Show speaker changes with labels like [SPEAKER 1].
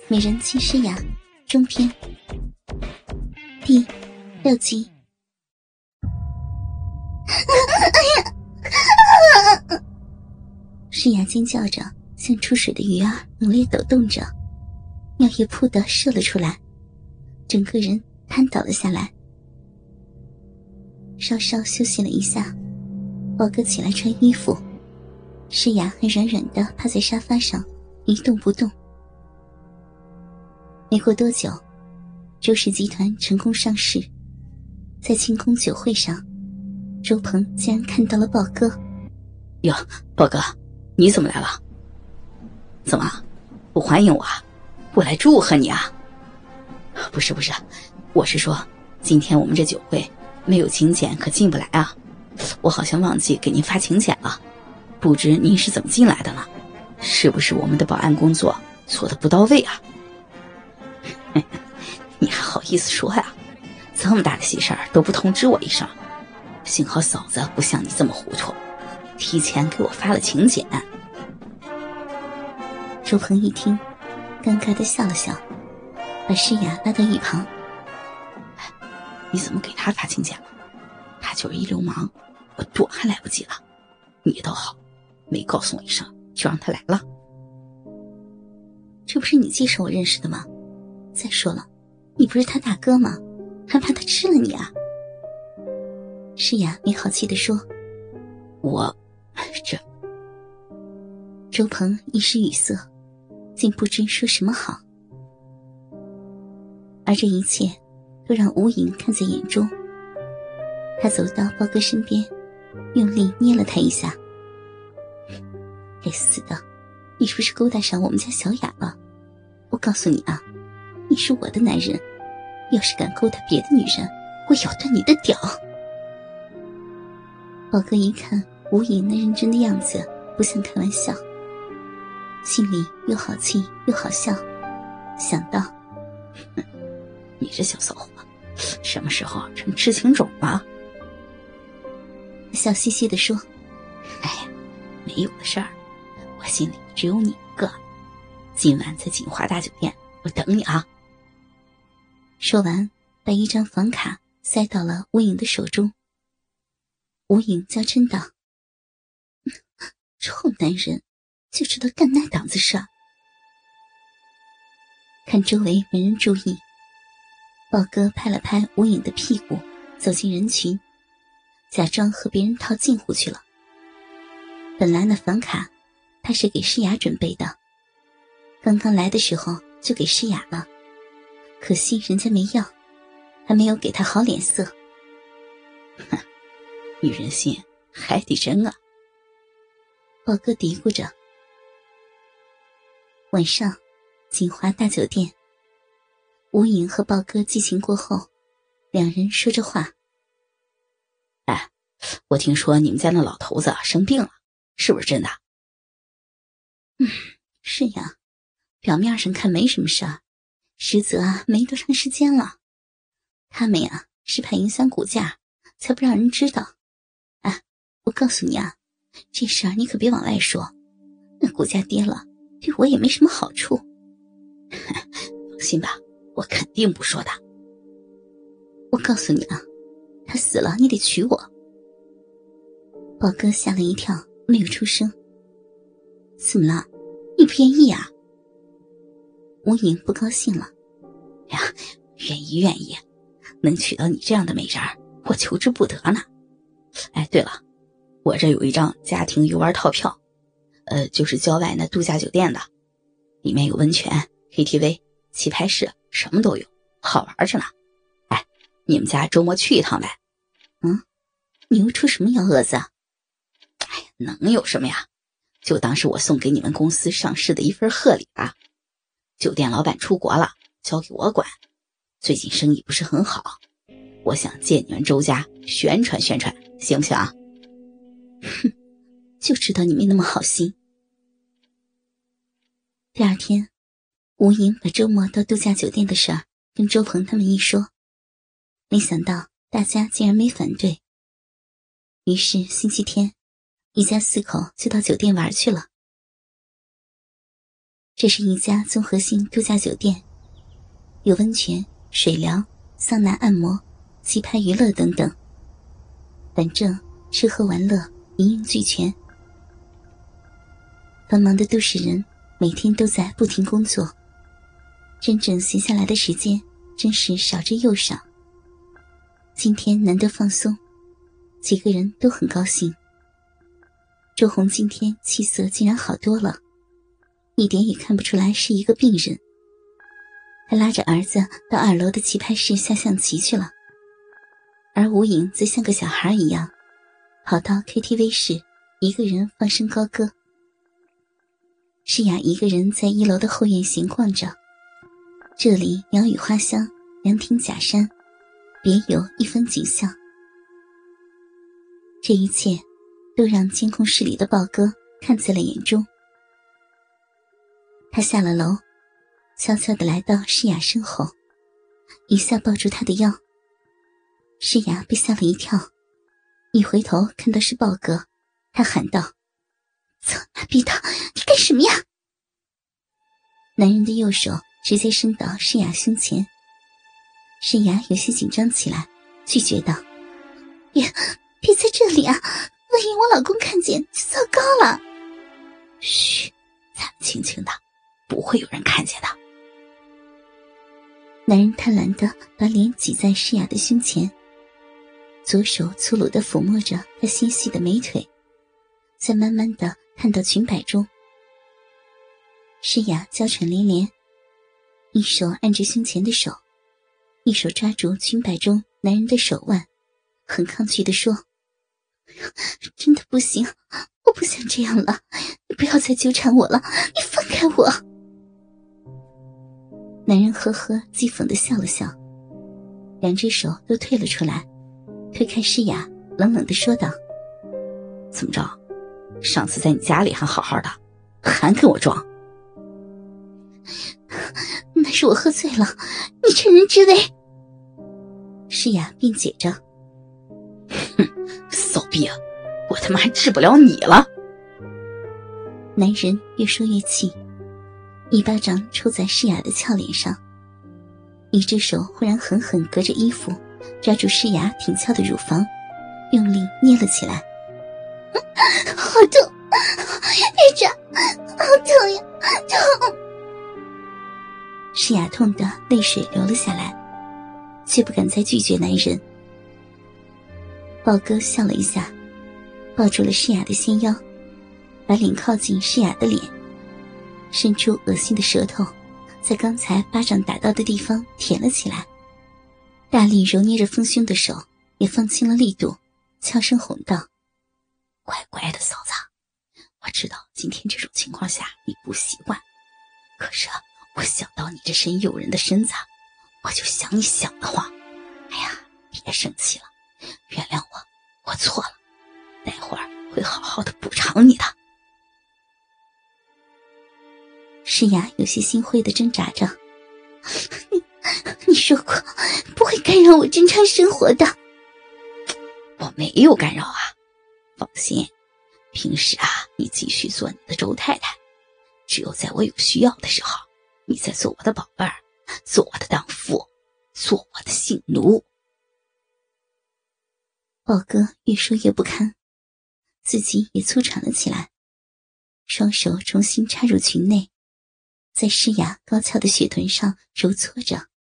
[SPEAKER 1] 美人妻诗雅中篇第6集。诗雅尖叫着，像出水的鱼儿猛烈抖动着，尿液扑地射了出来，整个人瘫倒了下来。稍稍休息了一下，宝哥起来穿衣服，诗雅还软软地趴在沙发上一动不动。没过多久，周氏集团成功上市，在庆功酒会上，周鹏竟然看到了豹哥。
[SPEAKER 2] 哟，豹哥，你怎么来了？怎么不欢迎我啊？我来祝贺你啊！不是，我是说今天我们这酒会没有请柬可进不来啊，我好像忘记给您发请柬了，不知您是怎么进来的呢？是不是我们的保安工作做得不到位啊？你还好意思说呀？这么大的喜事儿都不通知我一声，幸好嫂子不像你这么糊涂，提前给我发了请柬。
[SPEAKER 1] 周鹏一听，尴尬地笑了笑，把诗雅拉到一旁。
[SPEAKER 2] 你怎么给他发请柬了？他就是一流氓，我躲还来不及了。你倒好，没告诉我一声就让他来了。
[SPEAKER 1] 这不是你介绍我认识的吗？再说了，你不是他大哥吗？还怕他吃了你啊？诗雅没好气地说。
[SPEAKER 2] 这
[SPEAKER 1] 周鹏一时语塞，竟不知说什么好。而这一切都让吴颖看在眼中，他走到豹哥身边，用力捏了他一下。该死的，你是不是勾搭上我们家小雅了？我告诉你啊，你是我的男人，要是敢勾搭别的女人，我咬断你的屌。豹哥一看吴颖那认真的样子，不像开玩笑，心里又好气又好笑，想到
[SPEAKER 2] 你这小骚货什么时候成痴情种了？
[SPEAKER 1] 笑嘻嘻地说。
[SPEAKER 2] 哎呀，没有的事儿，我心里只有你一个，今晚在锦华大酒店，我等你啊。
[SPEAKER 1] 说完，把一张房卡塞到了吴颖的手中。吴颖娇嗔道：臭男人，就知道干那档子事儿。看周围没人注意，豹哥拍了拍吴颖的屁股，走进人群，假装和别人套近乎去了。本来那房卡他是给诗雅准备的，刚刚来的时候就给诗雅了，可惜人家没要，还没有给他好脸色。
[SPEAKER 2] 哼，女人心海底针啊！
[SPEAKER 1] 豹哥嘀咕着。晚上，锦华大酒店，吴颖和豹哥激情过后，两人说着话。
[SPEAKER 2] 哎，我听说你们家那老头子生病了，是不是真的？
[SPEAKER 1] 是呀，表面上看没什么事儿，实则没多长时间了。他们呀，是怕影响股价，才不让人知道。哎，我告诉你啊，这事儿你可别往外说，那股价跌了，对我也没什么好处。
[SPEAKER 2] 放心吧，我肯定不说的。
[SPEAKER 1] 我告诉你啊，他死了，你得娶我。豹哥吓了一跳，没有出声。怎么了？你不愿意啊？吴颖不高兴了。
[SPEAKER 2] 呀，愿意，能娶到你这样的美人，我求之不得呢。哎，对了，我这有一张家庭游玩套票，就是郊外那度假酒店的，里面有温泉、KTV、棋牌室，什么都有，好玩着呢。哎，你们家周末去一趟呗？
[SPEAKER 1] 你又出什么幺蛾子？
[SPEAKER 2] 哎，能有什么呀？就当是我送给你们公司上市的一份贺礼啊。酒店老板出国了，交给我管，最近生意不是很好，我想借你们周家宣传宣传，行不行啊？
[SPEAKER 1] 哼，就知道你没那么好心。第二天，吴颖把周末到度假酒店的事儿跟周鹏他们一说，没想到大家竟然没反对。于是星期天，一家4口就到酒店玩去了。 这是一家综合性度假酒店，有温泉、水疗、桑拿、按摩、棋牌娱乐等等，反正吃喝玩乐一应俱全。繁忙的都市人每天都在不停工作，真正闲下来的时间真是少之又少。今天难得放松，几个人都很高兴。周红今天气色竟然好多了，一点也看不出来是一个病人。还拉着儿子到2楼的棋牌室下象棋去了，而吴影则像个小孩一样跑到 KTV 室一个人放声高歌。诗雅一个人在1楼的后院闲逛着，这里鸟语花香，凉亭假山，别有一番景象。这一切都让监控室里的豹哥看在了眼中。他下了楼，悄悄地来到诗雅身后，一下抱住她的腰。诗雅被吓了一跳，一回头看到是豹哥，他喊道：操他逼的，你干什么呀？男人的右手直接伸到诗雅胸前，诗雅有些紧张起来，拒绝道：别在这里啊，万一我老公看见就糟糕了。
[SPEAKER 2] 嘘，咱们轻轻的，不会有人看见的。
[SPEAKER 1] 男人贪婪地把脸挤在诗雅的胸前，左手粗鲁地抚摸着她纤细的美腿，再慢慢地探到裙摆中。诗雅娇喘连连，一手按着胸前的手，一手抓住裙摆中男人的手腕，很抗拒地说：真的不行，我不想这样了，你不要再纠缠我了，你放开我。男人呵呵讥讽地笑了笑，两只手都退了出来，推开诗雅，冷冷地说道：
[SPEAKER 2] 怎么着，上次在你家里还好好的，还跟我装？
[SPEAKER 1] 那是我喝醉了，你趁人之危。诗雅辩解着。
[SPEAKER 2] 哼，骚逼啊，我他妈还治不了你了。
[SPEAKER 1] 男人越说越气，一巴掌抽在诗雅的俏脸上，一只手忽然狠狠隔着衣服抓住诗雅挺翘的乳房，用力捏了起来。好痛，别抓，好痛呀，痛！诗雅痛得泪水流了下来，却不敢再拒绝男人。豹哥笑了一下，抱住了诗雅的纤腰，把脸靠近诗雅的脸，伸出恶心的舌头，在刚才巴掌打到的地方舔了起来，大力揉捏着丰胸的手也放轻了力度，悄声哄道：
[SPEAKER 2] 乖乖的嫂子，我知道今天这种情况下你不习惯，可是我想到你这身诱人的身子，我就想你想的话。哎呀，别生气了，原谅我错了，待会儿会好好的补偿你的。
[SPEAKER 1] 诗雅有些心灰地挣扎着，你说过不会干扰我正常生活的。
[SPEAKER 2] 我没有干扰啊，放心，平时你继续做你的周太太，只有在我有需要的时候，你再做我的宝贝儿，做我的荡妇，做我的性奴。
[SPEAKER 1] 豹哥越说越不堪，自己也粗喘了起来，双手重新插入裙内，在诗雅高翘的雪臀上揉搓着。